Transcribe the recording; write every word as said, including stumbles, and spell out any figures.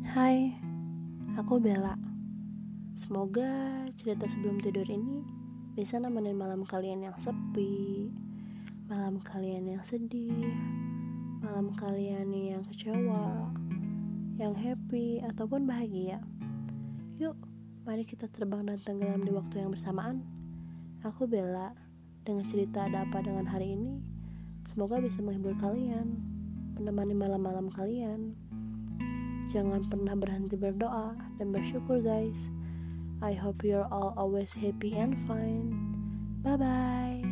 Hai, aku Bella. Semoga cerita sebelum tidur ini bisa nemenin malam kalian yang sepi, malam kalian yang sedih, malam kalian yang kecewa, yang happy ataupun bahagia. Yuk, mari kita terbang dan tenggelam di waktu yang bersamaan. Aku Bella, dengan cerita ada apa dengan hari ini. Semoga bisa menghibur kalian, menemani malam-malam kalian. Jangan pernah berhenti berdoa dan bersyukur guys. I hope you're all always happy and fine. Bye bye.